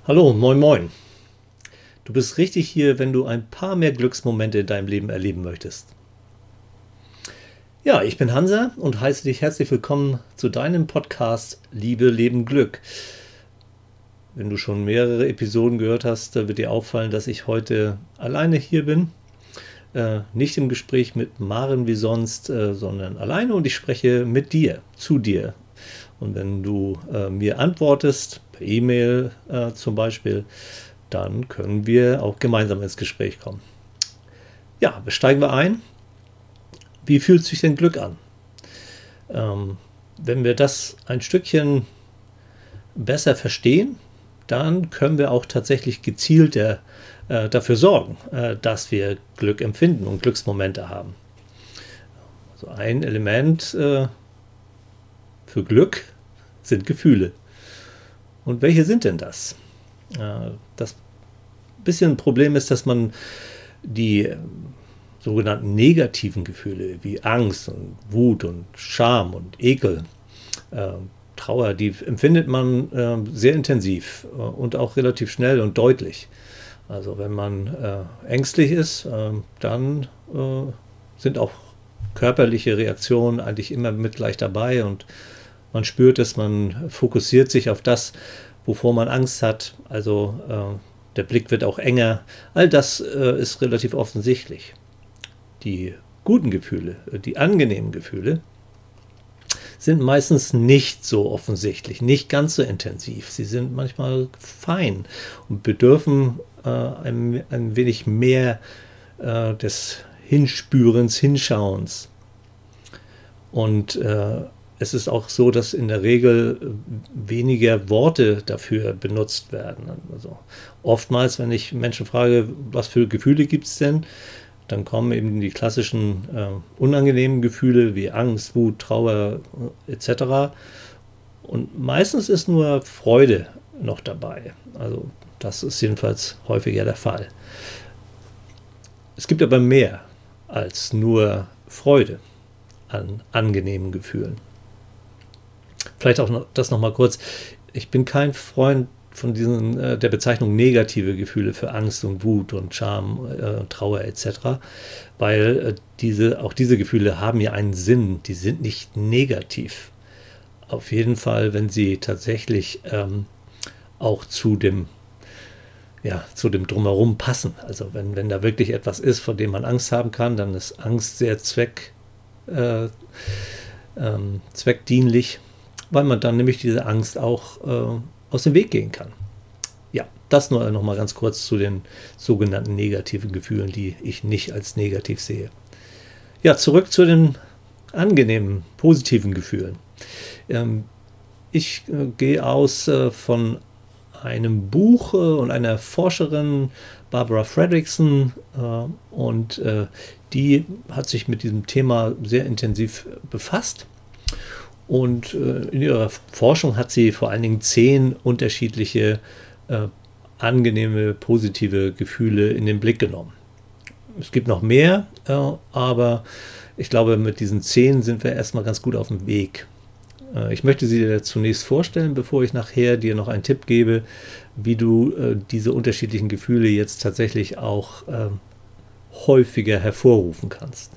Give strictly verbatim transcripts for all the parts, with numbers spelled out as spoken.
Hallo, moin moin. Du bist richtig hier, wenn du ein paar mehr Glücksmomente in deinem Leben erleben möchtest. Ja, ich bin Hansa und heiße dich herzlich willkommen zu deinem Podcast Liebe, Leben, Glück. Wenn du schon mehrere Episoden gehört hast, wird dir auffallen, dass ich heute alleine hier bin. Äh, nicht im Gespräch mit Maren wie sonst, äh, sondern alleine, und ich spreche mit dir, zu dir. Und wenn du äh, mir antwortest, per E-Mail äh, zum Beispiel, dann können wir auch gemeinsam ins Gespräch kommen. Ja, steigen wir ein. Wie fühlt sich denn Glück an? Ähm, wenn wir das ein Stückchen besser verstehen, dann können wir auch tatsächlich gezielter äh, dafür sorgen, äh, dass wir Glück empfinden und Glücksmomente haben. Also ein Element äh, für Glück sind Gefühle. Und welche sind denn das? Äh, das bisschen Problem ist, dass man die äh, sogenannten negativen Gefühle wie Angst und Wut und Scham und Ekel, äh, Trauer, die empfindet man äh, sehr intensiv äh, und auch relativ schnell und deutlich. Also wenn man äh, ängstlich ist, äh, dann äh, sind auch körperliche Reaktionen eigentlich immer mit gleich dabei, und man spürt es, man fokussiert sich auf das, wovor man Angst hat. Also äh, der Blick wird auch enger. All das äh, ist relativ offensichtlich. Die guten Gefühle, die angenehmen Gefühle, sind meistens nicht so offensichtlich, nicht ganz so intensiv. Sie sind manchmal fein und bedürfen äh, ein, ein wenig mehr äh, des Hinspürens, Hinschauens. Und äh, es ist auch so, dass in der Regel weniger Worte dafür benutzt werden. Also oftmals, wenn ich Menschen frage, was für Gefühle gibt es denn, dann kommen eben die klassischen äh, unangenehmen Gefühle wie Angst, Wut, Trauer äh, et cetera. Und meistens ist nur Freude noch dabei. Also das ist jedenfalls häufiger der Fall. Es gibt aber mehr als nur Freude an angenehmen Gefühlen. Vielleicht auch noch, das nochmal kurz. Ich bin kein Freund von diesen, äh, der Bezeichnung negative Gefühle für Angst und Wut und Scham, äh, Trauer et cetera, weil äh, diese, auch diese Gefühle haben ja einen Sinn, die sind nicht negativ. Auf jeden Fall, wenn sie tatsächlich ähm, auch zu dem, ja, zu dem Drumherum passen. Also wenn, wenn da wirklich etwas ist, vor dem man Angst haben kann, dann ist Angst sehr zweck, äh, ähm, zweckdienlich, weil man dann nämlich diese Angst auch äh, aus dem Weg gehen kann. Ja, das nur noch mal ganz kurz zu den sogenannten negativen Gefühlen, die ich nicht als negativ sehe. Ja, zurück zu den angenehmen, positiven Gefühlen. Ähm, ich äh, gehe aus äh, von einem Buch äh, und einer Forscherin, Barbara Fredrickson, äh, und äh, die hat sich mit diesem Thema sehr intensiv befasst. Und äh, in ihrer Forschung hat sie vor allen Dingen zehn unterschiedliche äh, angenehme, positive Gefühle in den Blick genommen. Es gibt noch mehr, äh, aber ich glaube, mit diesen zehn sind wir erstmal ganz gut auf dem Weg. Äh, ich möchte sie dir zunächst vorstellen, bevor ich nachher dir noch einen Tipp gebe, wie du äh, diese unterschiedlichen Gefühle jetzt tatsächlich auch äh, häufiger hervorrufen kannst.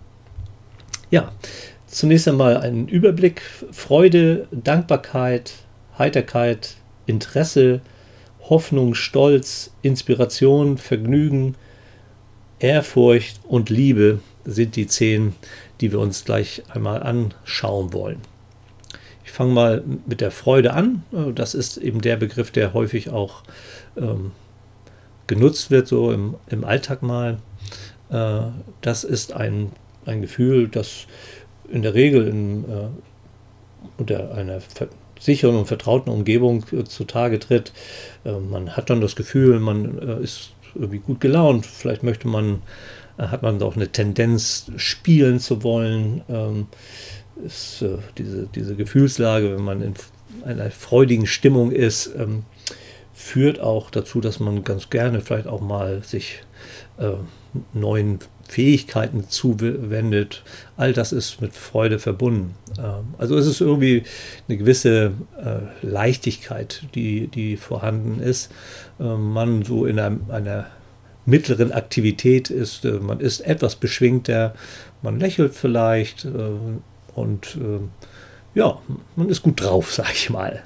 Ja, zunächst einmal einen Überblick: Freude, Dankbarkeit, Heiterkeit, Interesse, Hoffnung, Stolz, Inspiration, Vergnügen, Ehrfurcht und Liebe sind die zehn, die wir uns gleich einmal anschauen wollen. Ich fange mal mit der Freude an. Das ist eben der Begriff, der häufig auch ähm, genutzt wird, so im, im Alltag mal. Äh, das ist ein, ein Gefühl, das in der Regel in, äh, unter einer ver- sicheren und vertrauten Umgebung äh, zutage tritt. Äh, man hat dann das Gefühl, man äh, ist irgendwie gut gelaunt. Vielleicht möchte man, äh, hat man auch eine Tendenz, spielen zu wollen. Ähm, ist, äh, diese, diese Gefühlslage, wenn man in einer freudigen Stimmung ist, ähm, führt auch dazu, dass man ganz gerne vielleicht auch mal sich äh, neuen Fähigkeiten zuwendet. All das ist mit Freude verbunden. Ähm, also es ist irgendwie eine gewisse äh, Leichtigkeit, die, die vorhanden ist. Ähm, man so in einem, einer mittleren Aktivität ist, äh, man ist etwas beschwingter, man lächelt vielleicht äh, und äh, ja, man ist gut drauf, sag ich mal.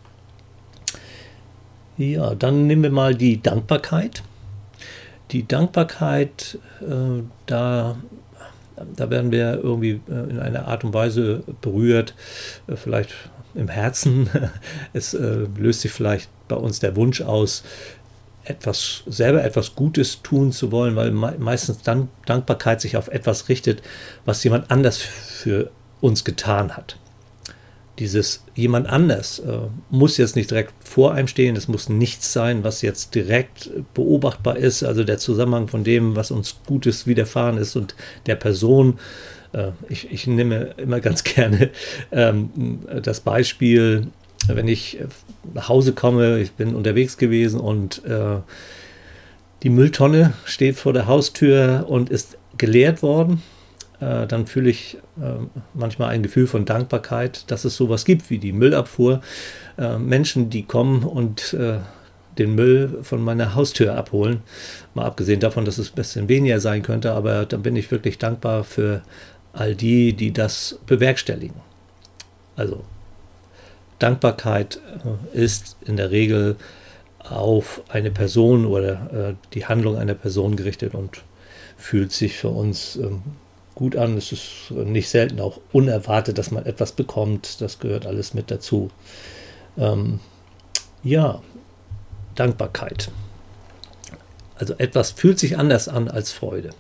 Ja, dann nehmen wir mal die Dankbarkeit. Die Dankbarkeit, äh, da, da werden wir irgendwie äh, in einer Art und Weise berührt, äh, vielleicht im Herzen. Es äh, löst sich vielleicht bei uns der Wunsch aus, etwas, selber etwas Gutes tun zu wollen, weil me meistens dann Dankbarkeit sich auf etwas richtet, was jemand anders für uns getan hat. Dieses jemand anders äh, muss jetzt nicht direkt vor einem stehen, es muss nichts sein, was jetzt direkt beobachtbar ist, also der Zusammenhang von dem, was uns Gutes widerfahren ist und der Person. Äh, ich, ich nehme immer ganz gerne ähm, das Beispiel, wenn ich nach Hause komme, ich bin unterwegs gewesen und äh, die Mülltonne steht vor der Haustür und ist geleert worden, äh, dann fühle ich äh, manchmal ein Gefühl von Dankbarkeit, dass es sowas gibt wie die Müllabfuhr. Äh, Menschen, die kommen und äh, den Müll von meiner Haustür abholen. Mal abgesehen davon, dass es ein bisschen weniger sein könnte, aber dann bin ich wirklich dankbar für all die, die das bewerkstelligen. Also Dankbarkeit äh, ist in der Regel auf eine Person oder äh, die Handlung einer Person gerichtet und fühlt sich für uns ähm, gut an. Es ist nicht selten auch unerwartet, dass man etwas bekommt. Das gehört alles mit dazu. Ähm, ja, Dankbarkeit. Also etwas fühlt sich anders an als Freude.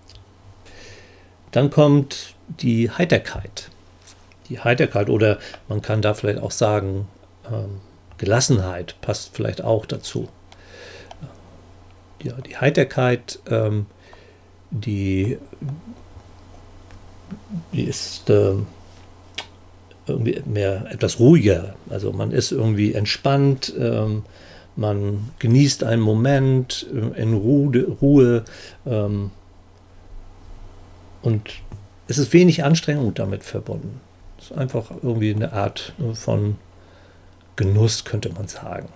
Dann kommt die Heiterkeit. Die Heiterkeit oder man kann da vielleicht auch sagen, ähm, Gelassenheit passt vielleicht auch dazu. Ja, die Heiterkeit, ähm, die, die ist ähm, irgendwie mehr etwas ruhiger. Also man ist irgendwie entspannt, ähm, man genießt einen Moment in Ruhe, Ruhe ähm, und es ist wenig Anstrengung damit verbunden. Es ist einfach irgendwie eine Art von Genuss, könnte man sagen.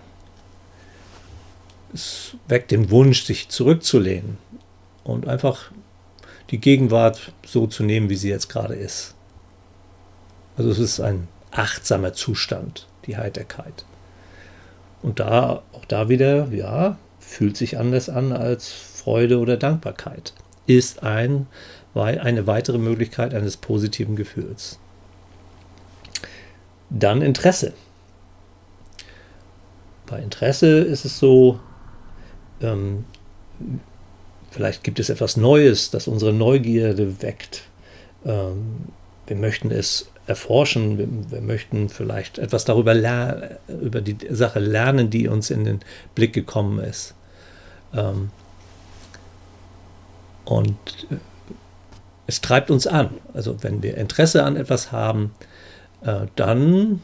Es weckt den Wunsch, sich zurückzulehnen und einfach die Gegenwart so zu nehmen, wie sie jetzt gerade ist. Also es ist ein achtsamer Zustand, die Heiterkeit. Und da, auch da wieder, ja, fühlt sich anders an als Freude oder Dankbarkeit. Ist ein, eine weitere Möglichkeit eines positiven Gefühls. Dann Interesse. Bei Interesse ist es so, ähm, vielleicht gibt es etwas Neues, das unsere Neugierde weckt. Ähm, wir möchten es erforschen, wir, wir möchten vielleicht etwas darüber lernen, über die Sache lernen, die uns in den Blick gekommen ist. Ähm, und es treibt uns an. Also wenn wir Interesse an etwas haben, äh, dann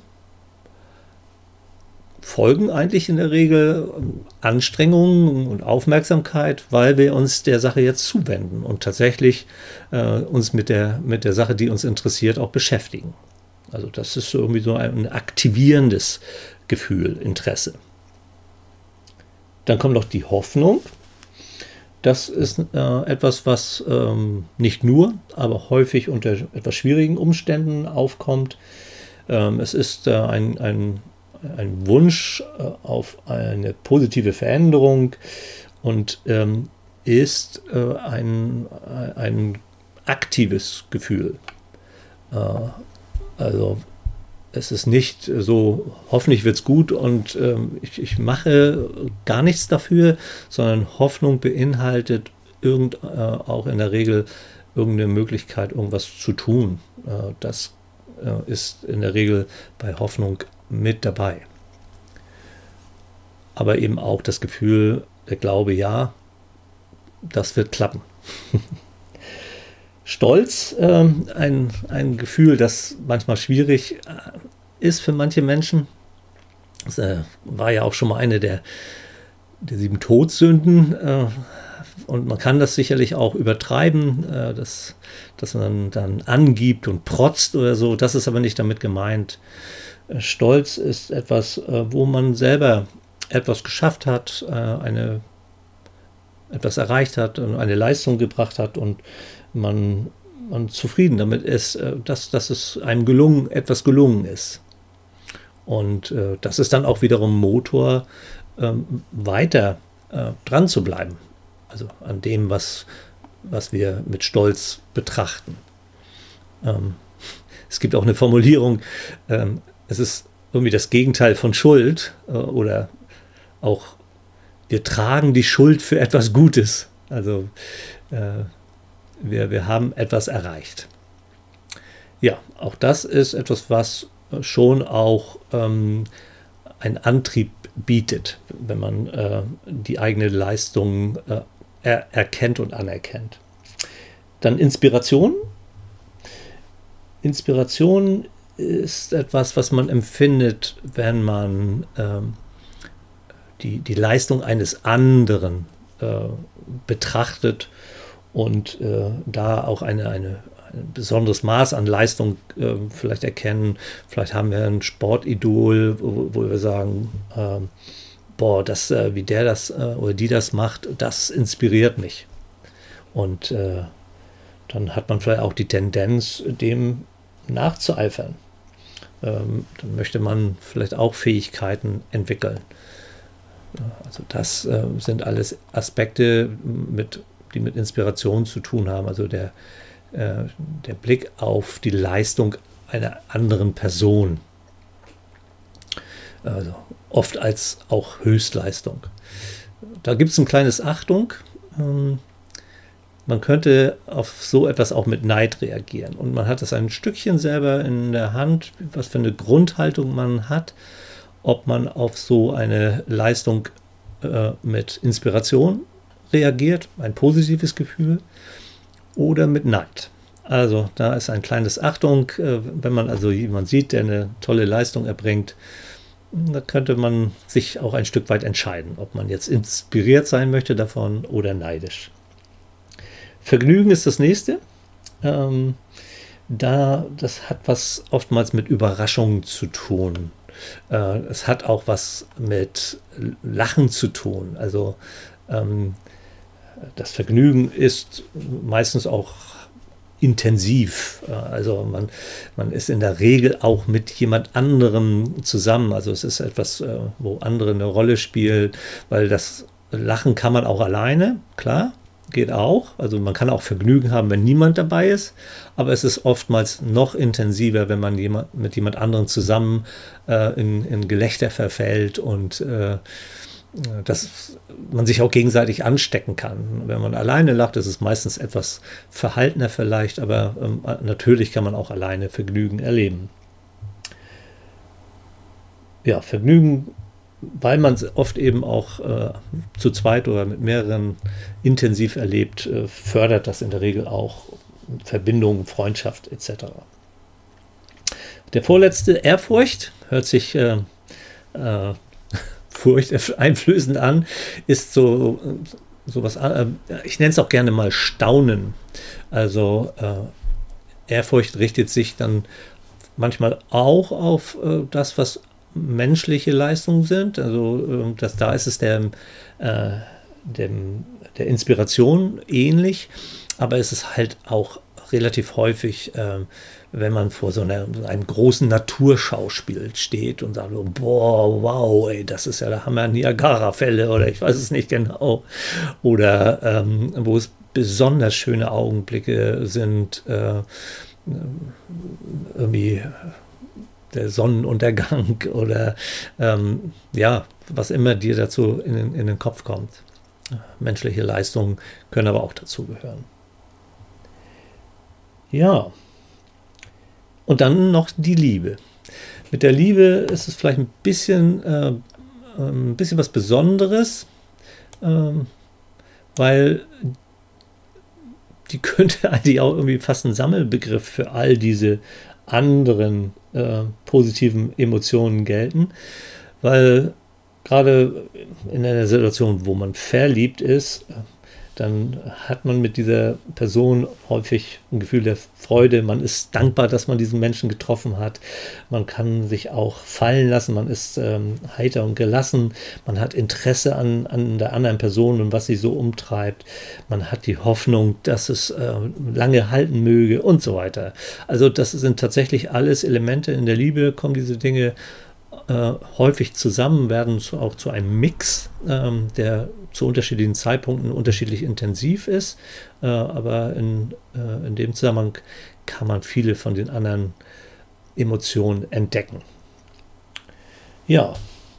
folgen eigentlich in der Regel Anstrengungen und Aufmerksamkeit, weil wir uns der Sache jetzt zuwenden und tatsächlich äh, uns mit der, mit der Sache, die uns interessiert, auch beschäftigen. Also das ist irgendwie so ein aktivierendes Gefühl, Interesse. Dann kommt noch die Hoffnung. Das ist äh, etwas, was ähm, nicht nur, aber häufig unter etwas schwierigen Umständen aufkommt. Ähm, es ist äh, ein, ein ein Wunsch äh, auf eine positive Veränderung und ähm, ist äh, ein, ein aktives Gefühl. Äh, also es ist nicht so, hoffentlich wird es gut und ähm, ich, ich mache gar nichts dafür, sondern Hoffnung beinhaltet irgend, äh, auch in der Regel irgendeine Möglichkeit, irgendwas zu tun. Äh, das äh, ist in der Regel bei Hoffnung mit dabei. Aber eben auch das Gefühl, der Glaube, ja, das wird klappen. Stolz, äh, ein, ein Gefühl, das manchmal schwierig ist für manche Menschen. Das äh, war ja auch schon mal eine der, der sieben Todsünden, äh, und man kann das sicherlich auch übertreiben, äh, dass, dass man dann angibt und protzt oder so. Das ist aber nicht damit gemeint. Äh, Stolz ist etwas, äh, wo man selber etwas geschafft hat, äh, eine, etwas erreicht hat und eine Leistung gebracht hat und man, man zufrieden damit ist, äh, dass, dass es einem gelungen, etwas gelungen ist. Und äh, das ist dann auch wiederum Motor, ähm, weiter äh, dran zu bleiben. Also an dem, was, was wir mit Stolz betrachten. Ähm, es gibt auch eine Formulierung, ähm, es ist irgendwie das Gegenteil von Schuld äh, oder auch wir tragen die Schuld für etwas Gutes. Also äh, wir, wir haben etwas erreicht. Ja, auch das ist etwas, was schon auch ähm, einen Antrieb bietet, wenn man äh, die eigene Leistung äh, er erkennt und anerkennt. Dann Inspiration. Inspiration ist etwas, was man empfindet, wenn man ähm, die, die Leistung eines anderen äh, betrachtet und äh, da auch eine, eine ein besonderes Maß an Leistung äh, vielleicht erkennen. Vielleicht haben wir ein Sportidol, wo, wo wir sagen, äh, boah, das, äh, wie der das äh, oder die das macht, das inspiriert mich. Und äh, dann hat man vielleicht auch die Tendenz, dem nachzueifern. Ähm, dann möchte man vielleicht auch Fähigkeiten entwickeln. Also das äh, sind alles Aspekte, mit, die mit Inspiration zu tun haben. Also der der Blick auf die Leistung einer anderen Person. Also oft als auch Höchstleistung. Da gibt es ein kleines Achtung. Man könnte auf so etwas auch mit Neid reagieren. Und man hat das ein Stückchen selber in der Hand, was für eine Grundhaltung man hat, ob man auf so eine Leistung äh, mit Inspiration reagiert, ein positives Gefühl, oder mit Neid. Also da ist ein kleines Achtung, wenn man also jemanden sieht, der eine tolle Leistung erbringt, da könnte man sich auch ein Stück weit entscheiden, ob man jetzt inspiriert sein möchte davon oder neidisch. Vergnügen ist das nächste. Ähm, da, das hat was oftmals mit Überraschungen zu tun. Äh, es hat auch was mit Lachen zu tun. Also ähm, das Vergnügen ist meistens auch intensiv. Also man, man ist in der Regel auch mit jemand anderem zusammen. Also es ist etwas, wo andere eine Rolle spielen, weil das Lachen kann man auch alleine, klar, geht auch. Also man kann auch Vergnügen haben, wenn niemand dabei ist. Aber es ist oftmals noch intensiver, wenn man jemand, mit jemand anderem zusammen äh, in, in Gelächter verfällt und äh, dass man sich auch gegenseitig anstecken kann. Wenn man alleine lacht, ist es meistens etwas verhaltener vielleicht, aber ähm, natürlich kann man auch alleine Vergnügen erleben. Ja, Vergnügen, weil man es oft eben auch äh, zu zweit oder mit mehreren intensiv erlebt, äh, fördert das in der Regel auch Verbindung, Freundschaft et cetera. Der vorletzte, Ehrfurcht, hört sich äh, äh, furchteinflößend an, ist so sowas, äh, ich nenne es auch gerne mal Staunen. Also äh, Ehrfurcht richtet sich dann manchmal auch auf äh, das, was menschliche Leistungen sind. Also äh, das, da ist es der, äh, dem, der Inspiration ähnlich, aber es ist halt auch relativ häufig, äh, wenn man vor so einer, einem großen Naturschauspiel steht und sagt, boah, wow, ey, das ist ja der Hammer, Niagara-Fälle oder ich weiß es nicht genau. Oder ähm, wo es besonders schöne Augenblicke sind, äh, irgendwie der Sonnenuntergang oder ähm, ja, was immer dir dazu in den, in den Kopf kommt. Menschliche Leistungen können aber auch dazu gehören. Ja, und dann noch die Liebe. Mit der Liebe ist es vielleicht ein bisschen, äh, ein bisschen was Besonderes, äh, weil die könnte eigentlich auch irgendwie fast ein Sammelbegriff für all diese anderen äh, positiven Emotionen gelten, weil gerade in einer Situation, wo man verliebt ist, dann hat man mit dieser Person häufig ein Gefühl der Freude. Man ist dankbar, dass man diesen Menschen getroffen hat. Man kann sich auch fallen lassen. Man ist ähm, heiter und gelassen. Man hat Interesse an, an der anderen Person und was sie so umtreibt. Man hat die Hoffnung, dass es äh, lange halten möge und so weiter. Also das sind tatsächlich alles Elemente in der Liebe, kommen diese Dinge Äh, häufig zusammen, werden zu, auch zu einem Mix, ähm, der zu unterschiedlichen Zeitpunkten unterschiedlich intensiv ist, äh, aber in, äh, in dem Zusammenhang kann man viele von den anderen Emotionen entdecken. Ja,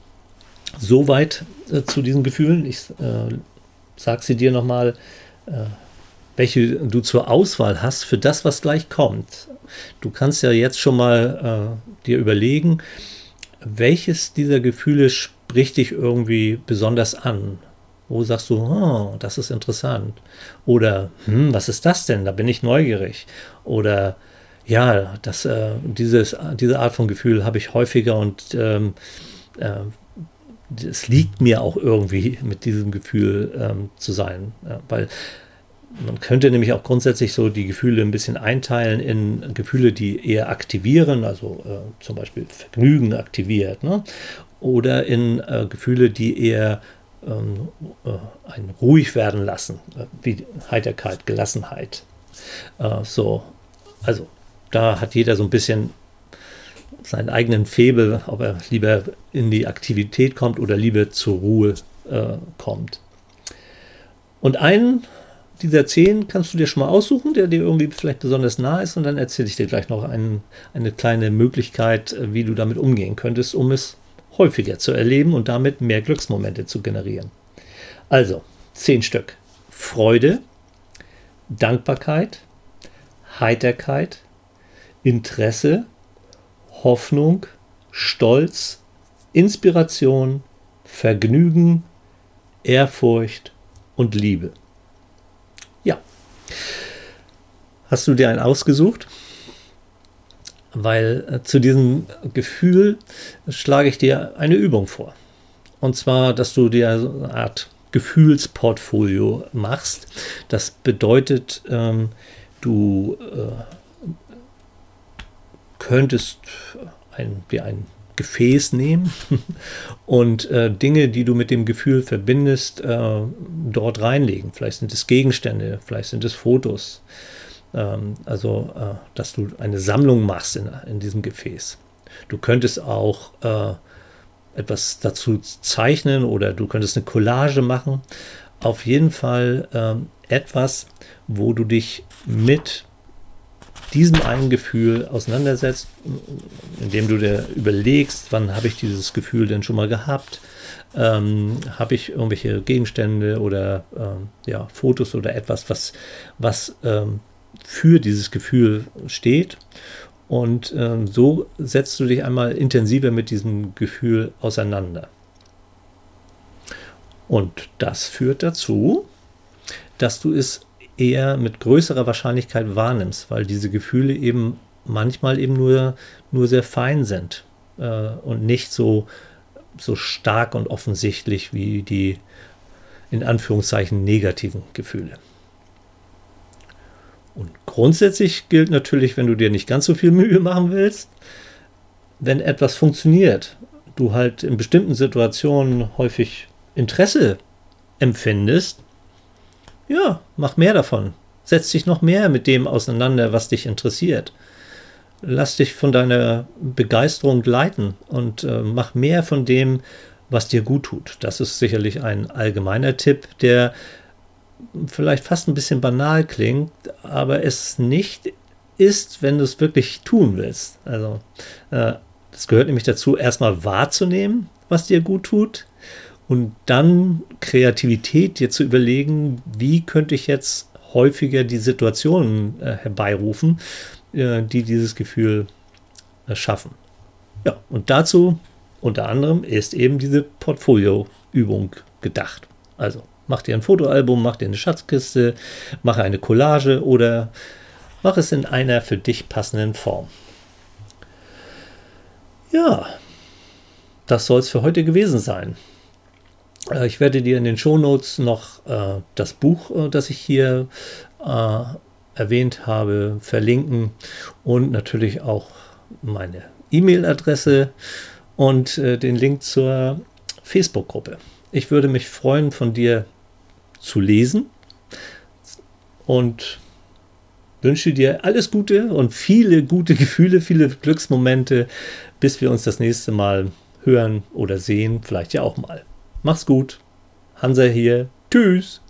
soweit äh, zu diesen Gefühlen. Ich äh, sage sie dir nochmal, äh, welche du zur Auswahl hast für das, was gleich kommt. Du kannst ja jetzt schon mal äh, dir überlegen, welches dieser Gefühle spricht dich irgendwie besonders an? Wo sagst du, oh, das ist interessant? Oder, hm, was ist das denn? Da bin ich neugierig. Oder, ja, das, äh, dieses, diese Art von Gefühl habe ich häufiger und ähm, äh, es liegt mir auch irgendwie, mit diesem Gefühl ähm, zu sein. Ja, weil man könnte nämlich auch grundsätzlich so die Gefühle ein bisschen einteilen in Gefühle, die eher aktivieren, also äh, zum Beispiel Vergnügen aktiviert, ne? Oder in äh, Gefühle, die eher ähm, äh, einen ruhig werden lassen, äh, wie Heiterkeit, Gelassenheit. Äh, so, also da hat jeder so ein bisschen seinen eigenen Faible, ob er lieber in die Aktivität kommt oder lieber zur Ruhe äh, kommt. Und einen dieser zehn kannst du dir schon mal aussuchen, der dir irgendwie vielleicht besonders nah ist, und dann erzähle ich dir gleich noch einen, eine kleine Möglichkeit, wie du damit umgehen könntest, um es häufiger zu erleben und damit mehr Glücksmomente zu generieren. Also, zehn Stück. Freude, Dankbarkeit, Heiterkeit, Interesse, Hoffnung, Stolz, Inspiration, Vergnügen, Ehrfurcht und Liebe. Ja. Hast du dir einen ausgesucht? Weil äh, zu diesem Gefühl schlage ich dir eine Übung vor. Und zwar, dass du dir so eine Art Gefühlsportfolio machst. Das bedeutet, ähm, du äh, könntest ein, wie ein Gefäß nehmen und äh, Dinge, die du mit dem Gefühl verbindest, äh, dort reinlegen. Vielleicht sind es Gegenstände, vielleicht sind es Fotos. Ähm, also, äh, dass du eine Sammlung machst in, in diesem Gefäß. Du könntest auch äh, etwas dazu zeichnen oder du könntest eine Collage machen. Auf jeden Fall ähm, etwas, wo du dich mit diesem einen Gefühl auseinandersetzt, indem du dir überlegst, wann habe ich dieses Gefühl denn schon mal gehabt? Ähm, habe ich irgendwelche Gegenstände oder ähm, ja, Fotos oder etwas, was, was ähm, für dieses Gefühl steht? Und ähm, so setzt du dich einmal intensiver mit diesem Gefühl auseinander. Und das führt dazu, dass du es eher mit größerer Wahrscheinlichkeit wahrnimmst, weil diese Gefühle eben manchmal eben nur, nur sehr fein sind äh, und nicht so, so stark und offensichtlich wie die in Anführungszeichen negativen Gefühle. Und grundsätzlich gilt natürlich, wenn du dir nicht ganz so viel Mühe machen willst, wenn etwas funktioniert, du halt in bestimmten Situationen häufig Interesse empfindest, ja, mach mehr davon. Setz dich noch mehr mit dem auseinander, was dich interessiert. Lass dich von deiner Begeisterung leiten und äh, mach mehr von dem, was dir gut tut. Das ist sicherlich ein allgemeiner Tipp, der vielleicht fast ein bisschen banal klingt, aber es nicht ist, wenn du es wirklich tun willst. Also, äh, das gehört nämlich dazu, erstmal wahrzunehmen, was dir gut tut. Und dann Kreativität dir zu überlegen, wie könnte ich jetzt häufiger die Situationen äh, herbeirufen, äh, die dieses Gefühl äh, schaffen. Ja, und dazu unter anderem ist eben diese Portfolio-Übung gedacht. Also mach dir ein Fotoalbum, mach dir eine Schatzkiste, mach eine Collage oder mach es in einer für dich passenden Form. Ja, das soll es für heute gewesen sein. Äh, ich werde dir in den Shownotes noch äh, das Buch, äh, das ich hier äh, erwähnt habe, verlinken und natürlich auch meine E-Mail-Adresse und äh, den Link zur Facebook-Gruppe. Ich würde mich freuen, von dir zu lesen und wünsche dir alles Gute und viele gute Gefühle, viele Glücksmomente, bis wir uns das nächste Mal hören oder sehen, vielleicht ja auch mal. Mach's gut. Hansa hier. Tschüss.